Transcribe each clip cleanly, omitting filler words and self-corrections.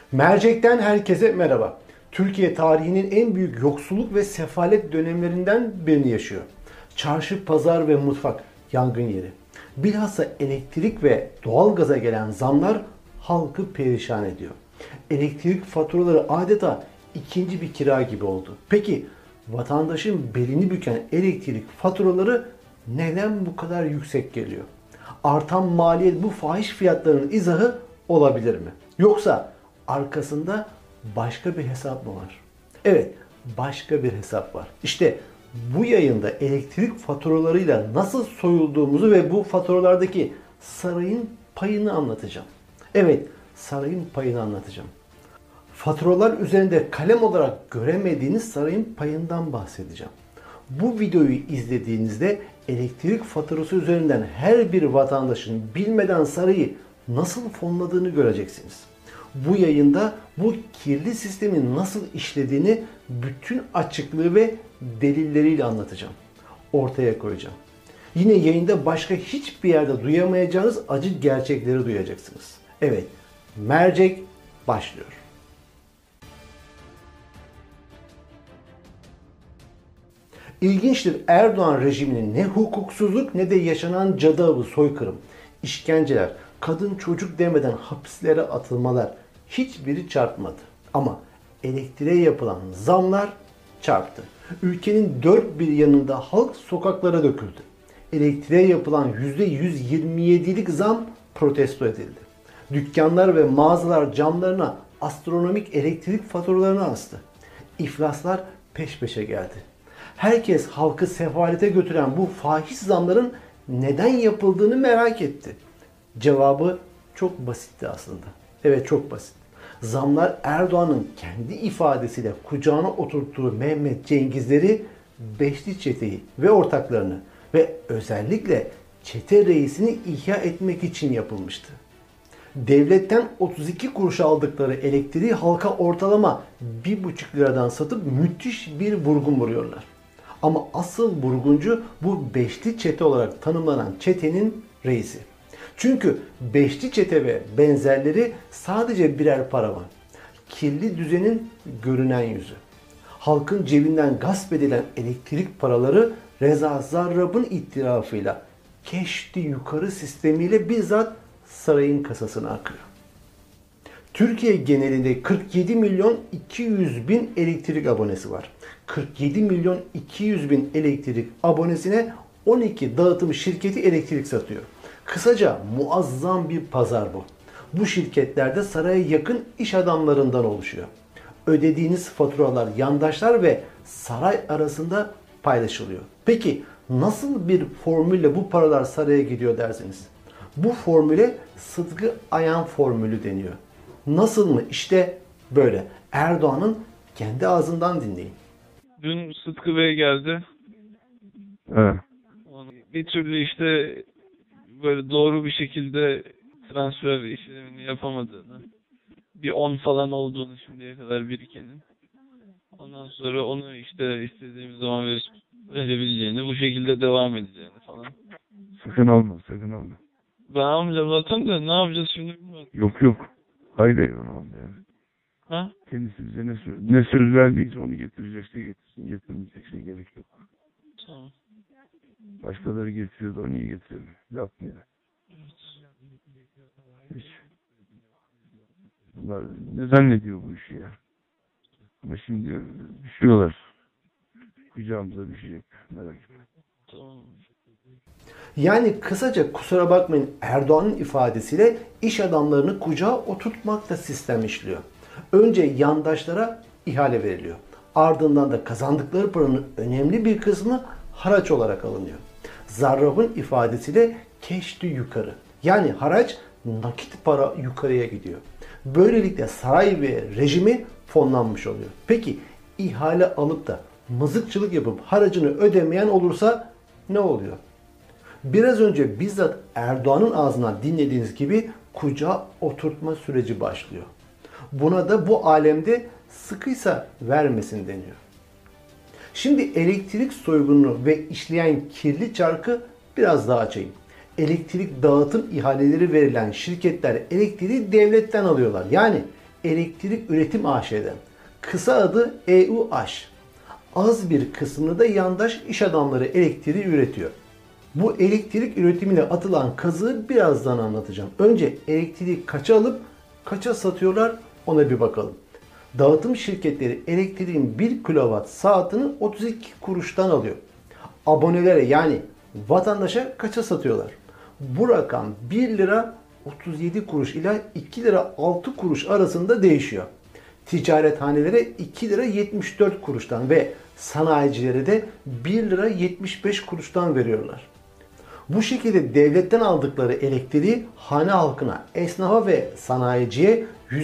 Mercek'ten herkese merhaba. Türkiye tarihinin en büyük yoksulluk ve sefalet dönemlerinden birini yaşıyor. Çarşı, pazar ve mutfak yangın yeri. Bilhassa elektrik ve doğalgaza gelen zamlar halkı perişan ediyor. Elektrik faturaları adeta ikinci bir kira gibi oldu. Peki vatandaşın belini büken elektrik faturaları neden bu kadar yüksek geliyor? Artan maliyet bu fahiş fiyatların izahı olabilir mi? Yoksa arkasında başka bir hesap mı var? Evet, başka bir hesap var. İşte bu yayında elektrik faturalarıyla nasıl soyulduğumuzu ve bu faturalardaki sarayın payını anlatacağım. Evet, sarayın payını anlatacağım. Faturalar üzerinde kalem olarak göremediğiniz sarayın payından bahsedeceğim. Bu videoyu izlediğinizde elektrik faturası üzerinden her bir vatandaşın bilmeden sarayı nasıl fonladığını göreceksiniz. Bu yayında bu kirli sistemin nasıl işlediğini bütün açıklığı ve delilleriyle anlatacağım. Ortaya koyacağım. Yine yayında başka hiçbir yerde duyamayacağınız acı gerçekleri duyacaksınız. Evet, Mercek başlıyor. İlginçtir, Erdoğan rejiminin ne hukuksuzluk ne de yaşanan cadı avı, soykırım, işkenceler, kadın çocuk demeden hapislere atılmalar hiçbiri çarpmadı. Ama elektriğe yapılan zamlar çarptı. Ülkenin dört bir yanında halk sokaklara döküldü. Elektriğe yapılan %127'lik zam protesto edildi. Dükkanlar ve mağazalar camlarına astronomik elektrik faturalarını astı. İflaslar peş peşe geldi. Herkes halkı sefalete götüren bu fahiş zamların neden yapıldığını merak etti. Cevabı çok basitti aslında. Evet, çok basit. Zamlar Erdoğan'ın kendi ifadesiyle kucağına oturttuğu Mehmet Cengizleri, Beşli Çete'yi ve ortaklarını ve özellikle çete reisini ihya etmek için yapılmıştı. Devletten 32 kuruş aldıkları elektriği halka ortalama 1,5 liradan satıp müthiş bir vurgun vuruyorlar. Ama asıl vurguncu bu Beşli Çete olarak tanımlanan çetenin reisi. Çünkü Beşli Çete ve benzerleri sadece birer paravan. Kirli düzenin görünen yüzü. Halkın cebinden gasp edilen elektrik paraları Reza Zarrab'ın ittirafıyla keşti yukarı sistemiyle bizzat sarayın kasasına akıyor. Türkiye genelinde 47 milyon 200 bin elektrik abonesi var. 47 milyon 200 bin elektrik abonesine 12 dağıtım şirketi elektrik satıyor. Kısaca muazzam bir pazar bu. Bu şirketlerde saraya yakın iş adamlarından oluşuyor. Ödediğiniz faturalar yandaşlar ve saray arasında paylaşılıyor. Peki nasıl bir formülle bu paralar saraya gidiyor dersiniz? Bu formüle Sıtkı Ayan formülü deniyor. Nasıl mı? İşte böyle. Erdoğan'ın kendi ağzından dinleyin. Dün Sıtkı Bey geldi. Evet. Bir türlü işte böyle doğru bir şekilde transfer işlemini yapamadığını, bir 10 falan olduğunu şimdiye kadar birikenin. Ondan sonra onu işte istediğimiz zaman verebileceğini, bu şekilde devam edeceğini falan. Sakın alma, sakın alma. Ben almayacağım zaten de ne yapacağız şimdi bilmiyorum. Yok. Hayır alma yani. Ha? Kendisi bize ne söz verdiyse onu getirecekse getirsin, getirmeyecekse gerek yok. Tamam. Başkaları getiriyor da onu iyi getiriyor. Laf mı ya? Hiç. Bunlar ne zannediyor bu işi ya? Ama şimdi düşüyorlar. Kucağımıza düşecek. Merak etme. Tamam. Yani kısaca kusura bakmayın, Erdoğan'ın ifadesiyle iş adamlarını kucağa oturtmakla sistem işliyor. Önce yandaşlara ihale veriliyor. Ardından da kazandıkları paranın önemli bir kısmı haraç olarak alınıyor. Zarrab'ın ifadesiyle keşti yukarı. Yani haraç, nakit para yukarıya gidiyor. Böylelikle saray ve rejimi fonlanmış oluyor. Peki ihale alıp da mızıkçılık yapıp haracını ödemeyen olursa ne oluyor? Biraz önce bizzat Erdoğan'ın ağzından dinlediğiniz gibi kucağa oturtma süreci başlıyor. Buna da bu alemde sıkıysa vermesin deniyor. Şimdi elektrik soygununu ve işleyen kirli çarkı biraz daha açayım. Elektrik dağıtım ihaleleri verilen şirketler elektriği devletten alıyorlar. Yani Elektrik Üretim AŞ'den. Kısa adı EUAŞ. Az bir kısmını da yandaş iş adamları elektriği üretiyor. Bu elektrik üretimine atılan kazığı birazdan anlatacağım. Önce elektriği kaça alıp kaça satıyorlar ona bir bakalım. Dağıtım şirketleri elektriğin 1 kilowatt saatini 32 kuruştan alıyor. Abonelere yani vatandaşa kaça satıyorlar? Bu rakam 1 lira 37 kuruş ile 2 lira 6 kuruş arasında değişiyor. Ticarethanelere 2 lira 74 kuruştan ve sanayicilere de 1 lira 75 kuruştan veriyorlar. Bu şekilde devletten aldıkları elektriği hane halkına, esnafa ve sanayiciye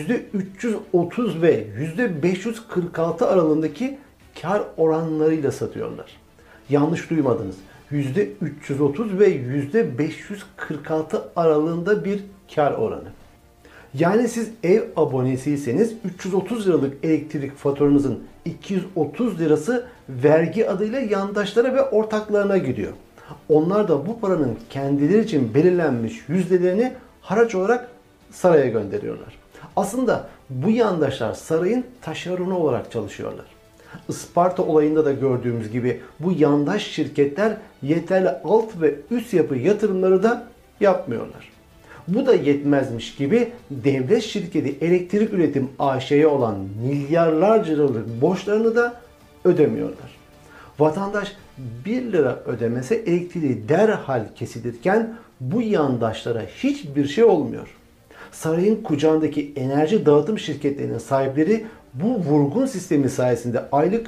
%330 ve %546 aralığındaki kar oranlarıyla satıyorlar. Yanlış duymadınız. %330 ve %546 aralığında bir kar oranı. Yani siz ev abonesiyseniz 330 liralık elektrik faturanızın 230 lirası vergi adıyla yandaşlara ve ortaklarına gidiyor. Onlar da bu paranın kendileri için belirlenmiş yüzdelerini haraç olarak saraya gönderiyorlar. Aslında bu yandaşlar sarayın taşeronu olarak çalışıyorlar. Isparta olayında da gördüğümüz gibi bu yandaş şirketler yeterli alt ve üst yapı yatırımları da yapmıyorlar. Bu da yetmezmiş gibi devlet şirketi Elektrik Üretim AŞ'ye olan milyarlarca liralık borçlarını da ödemiyorlar. Vatandaş 1 lira ödemese elektriği derhal kesilirken bu yandaşlara hiçbir şey olmuyor. Sarayın kucağındaki enerji dağıtım şirketlerinin sahipleri bu vurgun sistemi sayesinde aylık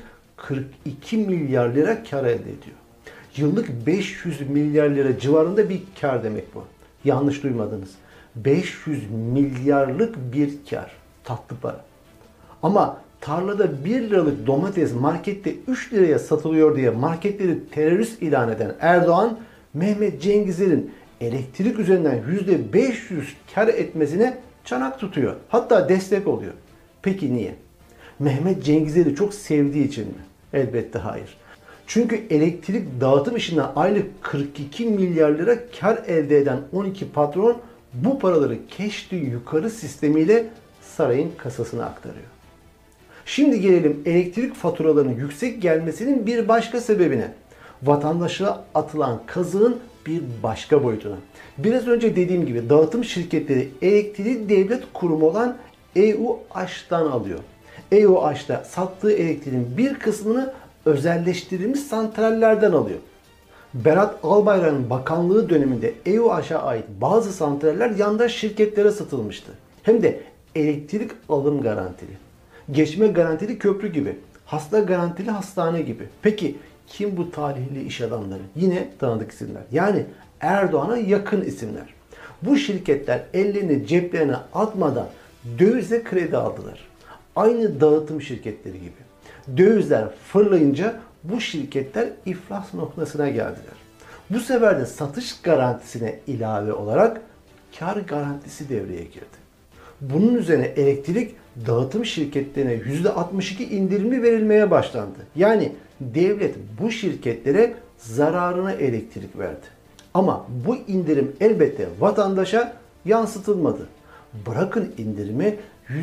42 milyar lira kar elde ediyor. Yıllık 500 milyar lira civarında bir kar demek bu. Yanlış duymadınız. 500 milyarlık bir kar. Tatlı para. Ama tarlada 1 liralık domates markette 3 liraya satılıyor diye marketleri terörist ilan eden Erdoğan, Mehmet Cengizler'in elektrik üzerinden %500 kar etmesine çanak tutuyor. Hatta destek oluyor. Peki niye? Mehmet Cengizler'i çok sevdiği için mi? Elbette hayır. Çünkü elektrik dağıtım işinden aylık 42 milyar lira kar elde eden 12 patron bu paraları keşti yukarı sistemiyle sarayın kasasına aktarıyor. Şimdi gelelim elektrik faturalarının yüksek gelmesinin bir başka sebebine. Vatandaşa atılan kazığın bir başka boyutuna. Biraz önce dediğim gibi dağıtım şirketleri elektriği devlet kurumu olan EUAŞ'tan alıyor. EUAŞ'ta sattığı elektriğin bir kısmını özelleştirilmiş santrallerden alıyor. Berat Albayrak'ın bakanlığı döneminde EUAŞ'a ait bazı santraller yandaş şirketlere satılmıştı. Hem de elektrik alım garantili. Geçme garantili köprü gibi. Hasta garantili hastane gibi. Peki kim bu talihli iş adamları? Yine tanıdık isimler. Yani Erdoğan'a yakın isimler. Bu şirketler ellerini ceplerine atmadan dövizle kredi aldılar. Aynı dağıtım şirketleri gibi. Dövizler fırlayınca bu şirketler iflas noktasına geldiler. Bu sefer de satış garantisine ilave olarak kar garantisi devreye girdi. Bunun üzerine elektrik dağıtım şirketlerine %62 indirimli verilmeye başlandı. Yani devlet bu şirketlere zararına elektrik verdi. Ama bu indirim elbette vatandaşa yansıtılmadı. Bırakın indirimi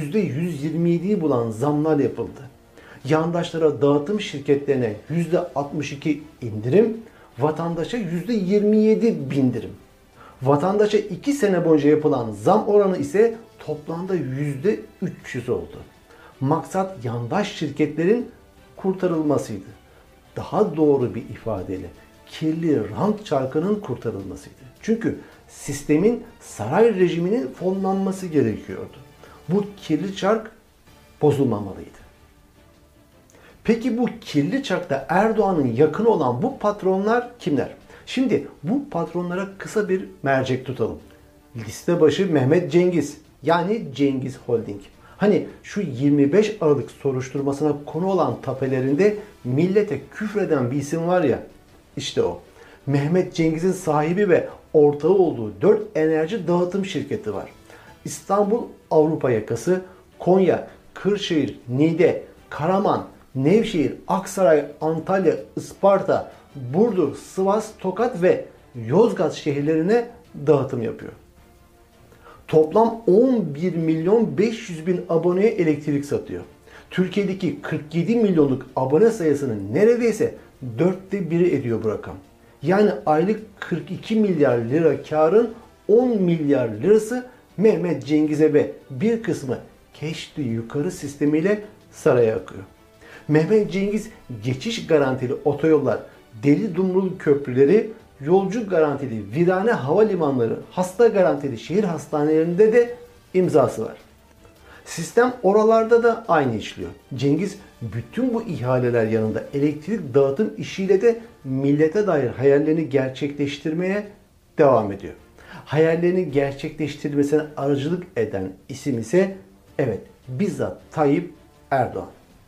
%127'yi bulan zamlar yapıldı. Yandaşlara dağıtım şirketlerine %62 indirim, vatandaşa %27 bindirim. Vatandaşa 2 sene boyunca yapılan zam oranı ise toplamda %300 oldu. Maksat yandaş şirketlerin kurtarılmasıydı. Daha doğru bir ifadeyle kirli rant çarkının kurtarılmasıydı. Çünkü sistemin saray rejiminin fonlanması gerekiyordu. Bu kirli çark bozulmamalıydı. Peki bu kirli çarkta Erdoğan'ın yakını olan bu patronlar kimler? Şimdi bu patronlara kısa bir mercek tutalım. Liste başı Mehmet Cengiz, yani Cengiz Holding. Hani şu 25 Aralık soruşturmasına konu olan tapelerinde millete küfreden bir isim var ya, işte o. Mehmet Cengiz'in sahibi ve ortağı olduğu 4 enerji dağıtım şirketi var. İstanbul Avrupa yakası, Konya, Kırşehir, Niğde, Karaman, Nevşehir, Aksaray, Antalya, Isparta, Burdur, Sivas, Tokat ve Yozgat şehirlerine dağıtım yapıyor. Toplam 11 milyon 500 bin aboneye elektrik satıyor. Türkiye'deki 47 milyonluk abone sayısının neredeyse 1/4 ediyor bu rakam. Yani aylık 42 milyar lira karın 10 milyar lirası Mehmet Cengiz'e ve bir kısmı Keşti Yukarı sistemiyle saraya akıyor. Mehmet Cengiz geçiş garantili otoyollar, deli dumrul köprüleri, yolcu garantili virane havalimanları, hasta garantili şehir hastanelerinde de imzası var. Sistem oralarda da aynı işliyor. Cengiz bütün bu ihaleler yanında elektrik dağıtım işiyle de millete dair hayallerini gerçekleştirmeye devam ediyor. Hayallerini gerçekleştirmesine aracılık eden isim ise evet bizzat Tayyip Erdoğan.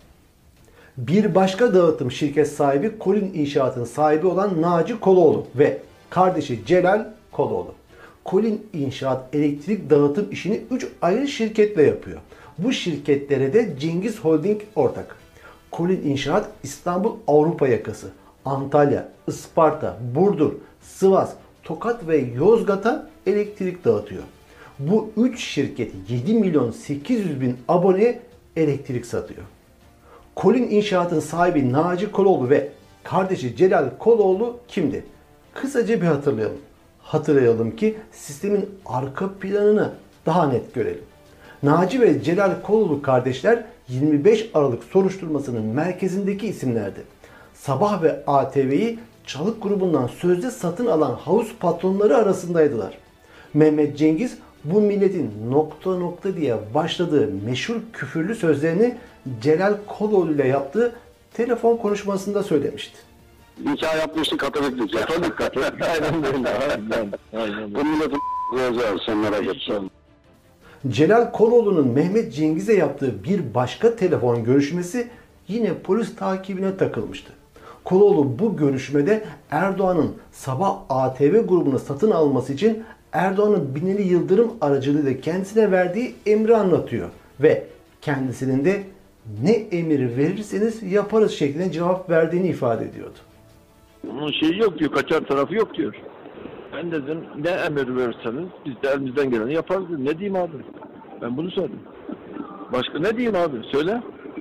Bir başka dağıtım şirket sahibi Kolin İnşaat'ın sahibi olan Naci Koloğlu ve kardeşi Celal Koloğlu. Kolin İnşaat elektrik dağıtım işini 3 ayrı şirketle yapıyor. Bu şirketlere de Cengiz Holding ortak. Kolin İnşaat İstanbul Avrupa yakası, Antalya, Isparta, Burdur, Sivas, Tokat ve Yozgat'a elektrik dağıtıyor. Bu 3 şirket 7 milyon 800 bin aboneye elektrik satıyor. Kolin İnşaat'ın sahibi Naci Koloğlu ve kardeşi Celal Koloğlu kimdi? Kısaca bir hatırlayalım. Hatırlayalım ki sistemin arka planını daha net görelim. Naci ve Celal Koloğlu kardeşler 25 Aralık soruşturmasının merkezindeki isimlerdi. Sabah ve ATV'yi Çalık grubundan sözde satın alan havuz patronları arasındaydılar. Mehmet Cengiz bu milletin nokta nokta diye başladığı meşhur küfürlü sözlerini Celal Koloğlu ile yaptığı telefon konuşmasında söylemişti. Hikaye yapmıştık, Katolik'lik ya. Katolik. Aynen öyle. Aynen. Bu milletin koyacağız, sen merak etme. Celal Koloğlu'nun Mehmet Cengiz'e yaptığı bir başka telefon görüşmesi yine polis takibine takılmıştı. Koloğlu bu görüşmede Erdoğan'ın Sabah ATV grubunu satın alması için Erdoğan'ın Binali Yıldırım aracılığıyla kendisine verdiği emri anlatıyor ve kendisinin de ne emir verirseniz yaparız şeklinde cevap verdiğini ifade ediyordu. Onun şeyi yok diyor, kaçar tarafı yok diyor. Ben dedim ne emir verirseniz biz de elimizden geleni yaparız dedim. Ne diyeyim abi? Ben bunu söyledim. Başka ne diyeyim abi? Söyle.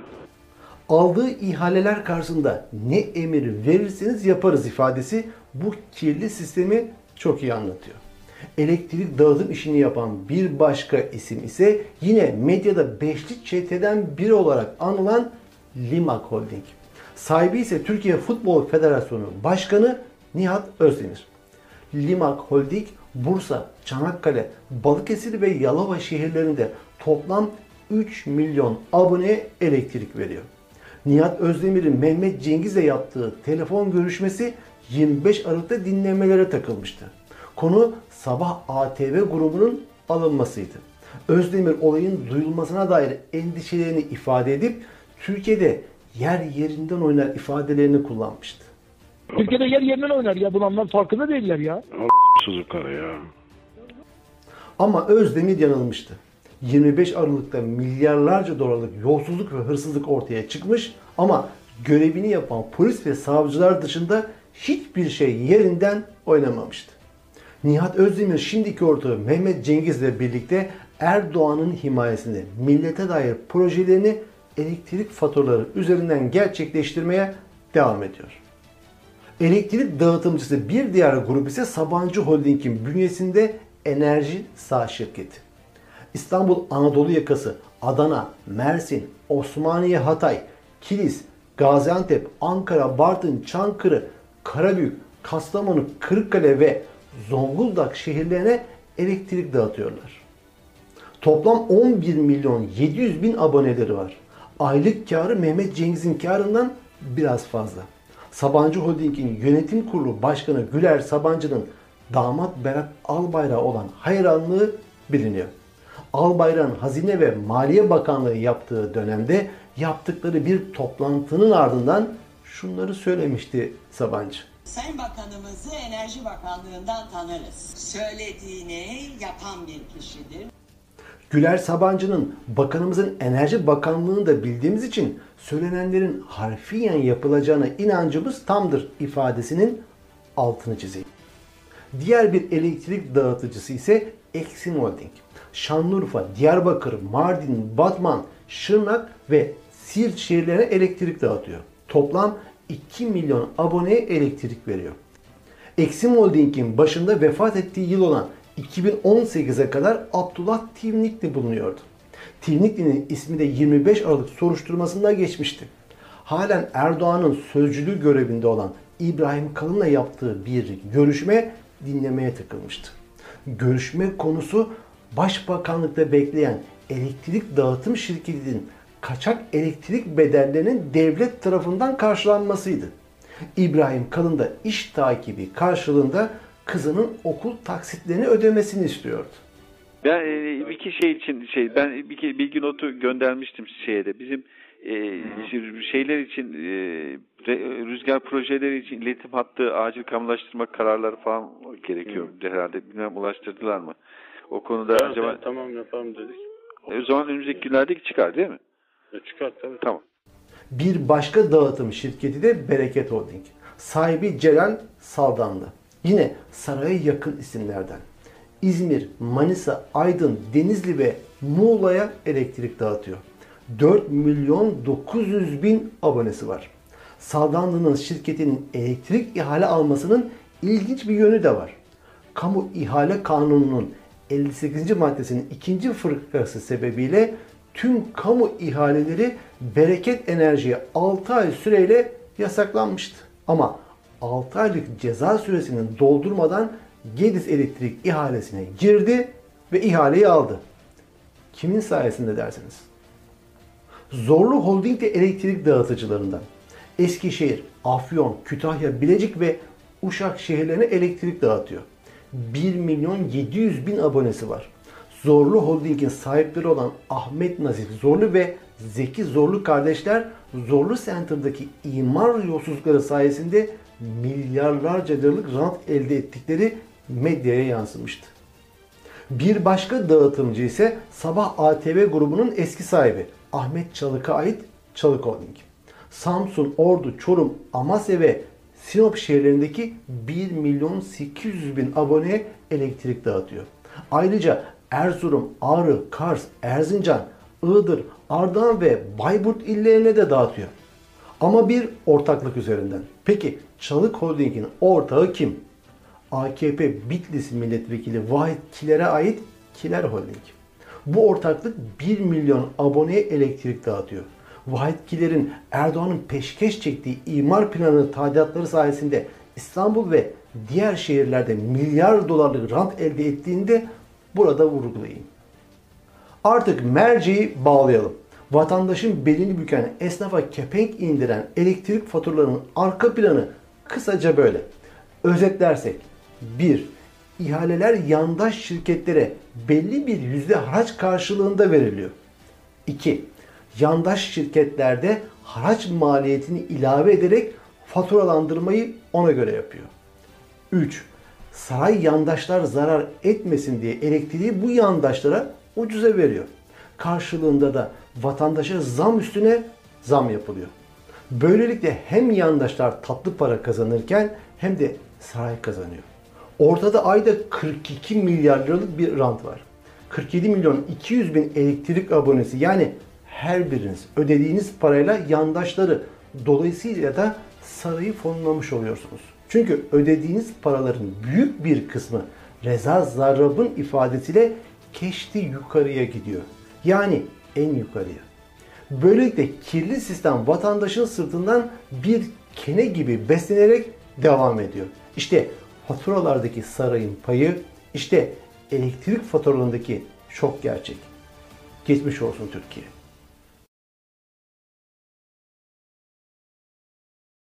Aldığı ihaleler karşısında ne emir verirseniz yaparız ifadesi bu kirli sistemi çok iyi anlatıyor. Elektrik dağıtım işini yapan bir başka isim ise yine medyada beşli çeteden biri olarak anılan Limak Holding. Sahibi ise Türkiye Futbol Federasyonu Başkanı Nihat Özdemir. Limak Holding, Bursa, Çanakkale, Balıkesir ve Yalova şehirlerinde toplam 3 milyon aboneye elektrik veriyor. Nihat Özdemir'in Mehmet Cengiz'le yaptığı telefon görüşmesi 25 Aralık'ta dinlemelere takılmıştı. Konu Sabah ATV grubunun alınmasıydı. Özdemir olayın duyulmasına dair endişelerini ifade edip Türkiye'de yer yerinden oynar ifadelerini kullanmıştı. Türkiye'de yer yerinden oynar ya. Bunlar farkında değiller ya. Suzukları ya. Ama Özdemir yanılmıştı. 25 Aralık'ta milyarlarca dolarlık yolsuzluk ve hırsızlık ortaya çıkmış ama görevini yapan polis ve savcılar dışında hiçbir şey yerinden oynamamıştı. Nihat Özdemir şimdiki ortağı Mehmet Cengiz'le birlikte Erdoğan'ın himayesinde millete dair projelerini elektrik faturaları üzerinden gerçekleştirmeye devam ediyor. Elektrik dağıtımcısı bir diğer grup ise Sabancı Holding'in bünyesinde Enerji Sağ şirketi. İstanbul Anadolu yakası, Adana, Mersin, Osmaniye, Hatay, Kilis, Gaziantep, Ankara, Bartın, Çankırı, Karabük, Kastamonu, Kırıkkale ve Zonguldak şehirlerine elektrik dağıtıyorlar. Toplam 11 milyon 700 bin aboneleri var. Aylık karı Mehmet Cengiz'in karından biraz fazla. Sabancı Holding'in yönetim kurulu başkanı Güler Sabancı'nın damat Berat Albayrak'a olan hayranlığı biliniyor. Albayrak'ın Hazine ve Maliye Bakanlığı yaptığı dönemde yaptıkları bir toplantının ardından şunları söylemişti Sabancı. Sayın Bakanımızı Enerji Bakanlığı'ndan tanırız. Söylediğini yapan bir kişidir. Güler Sabancı'nın bakanımızın Enerji Bakanlığı'nı da bildiğimiz için söylenenlerin harfiyen yapılacağına inancımız tamdır ifadesinin altını çizeyim. Diğer bir elektrik dağıtıcısı ise Exim Holding. Şanlıurfa, Diyarbakır, Mardin, Batman, Şırnak ve Siirt şehirlerine elektrik dağıtıyor. Toplam 2 milyon aboneye elektrik veriyor. Exim Holding'in başında vefat ettiği yıl olan 2018'e kadar Abdullah Tivnikli bulunuyordu. Tivnikli'nin ismi de 25 Aralık soruşturmasında geçmişti. Halen Erdoğan'ın sözcülüğü görevinde olan İbrahim Kalın'la yaptığı bir görüşme dinlemeye tıkılmıştı. Görüşme konusu Başbakanlıkta bekleyen elektrik dağıtım şirketinin kaçak elektrik bedellerinin devlet tarafından karşılanmasıydı. İbrahim Kalın da iş takibi karşılığında kızının okul taksitlerini ödemesini istiyordu. Ben bir iki şey için ben bir bilgi notu göndermiştim şeye de. Bizim şeyler için rüzgar projeleri için iletim hattı acil kamulaştırma kararları falan gerekiyor herhalde. Bilmem ulaştırdılar mı? O konuda evet, acaba tamam yapalım dedik. O zaman önümüzdeki günlerde çıkar değil mi? Çıkar tabii. Tamam. Bir başka dağıtım şirketi de Bereket Holding. Sahibi Celal Saldanlı. Yine saraya yakın isimlerden. İzmir, Manisa, Aydın, Denizli ve Muğla'ya elektrik dağıtıyor. 4 milyon 900 bin abonesi var. Saldanlı'nın şirketinin elektrik ihale almasının ilginç bir yönü de var. Kamu İhale Kanunu'nun 58. maddesinin 2. fıkrası sebebiyle tüm kamu ihaleleri Bereket Enerji'ye 6 ay süreyle yasaklanmıştı. Ama 6 aylık ceza süresini doldurmadan Gediz Elektrik ihalesine girdi ve ihaleyi aldı. Kimin sayesinde dersiniz? Zorlu Holding elektrik dağıtıcılarından. Eskişehir, Afyon, Kütahya, Bilecik ve Uşak şehirlerine elektrik dağıtıyor. 1 milyon 700 bin abonesi var. Zorlu Holding'in sahipleri olan Ahmet Nazif Zorlu ve Zeki Zorlu kardeşler Zorlu Center'daki imar yolsuzlukları sayesinde milyarlarca liralık rant elde ettikleri medyaya yansımıştı. Bir başka dağıtımcı ise Sabah ATV grubunun eski sahibi Ahmet Çalık'a ait Çalık Holding. Samsun, Ordu, Çorum, Amasya ve Sinop şehirlerindeki 1 milyon 800 bin aboneye elektrik dağıtıyor. Ayrıca Erzurum, Ağrı, Kars, Erzincan, Iğdır, Ardahan ve Bayburt illerine de dağıtıyor. Ama bir ortaklık üzerinden. Peki Çalık Holding'in ortağı kim? AKP Bitlis milletvekili Vahit Kiler'e ait Kiler Holding. Bu ortaklık 1 milyon aboneye elektrik dağıtıyor. Vahit Kiler'in Erdoğan'ın peşkeş çektiği imar planı tadilatları sayesinde İstanbul ve diğer şehirlerde milyar dolarlık rant elde ettiğinde burada vurgulayayım. Artık merceği bağlayalım. Vatandaşın belini büken, esnafa kepenk indiren elektrik faturalarının arka planı kısaca böyle. Özetlersek 1. İhaleler yandaş şirketlere belli bir yüzde haraç karşılığında veriliyor. 2. Yandaş şirketlerde haraç maliyetini ilave ederek faturalandırmayı ona göre yapıyor. 3. Saray yandaşlar zarar etmesin diye elektriği bu yandaşlara ucuza veriyor. Karşılığında da vatandaşa zam üstüne zam yapılıyor. Böylelikle hem yandaşlar tatlı para kazanırken hem de saray kazanıyor. Ortada ayda 42 milyar liralık bir rant var. 47 milyon 200 bin elektrik abonesi, yani her biriniz ödediğiniz parayla yandaşları, dolayısıyla da sarayı fonlamış oluyorsunuz. Çünkü ödediğiniz paraların büyük bir kısmı Reza Zarrab'ın ifadesiyle keşti yukarıya gidiyor. Yani en yukarıya. Böylelikle kirli sistem vatandaşın sırtından bir kene gibi beslenerek devam ediyor. İşte faturalardaki sarayın payı, işte elektrik faturalarındaki şok gerçek. Geçmiş olsun Türkiye.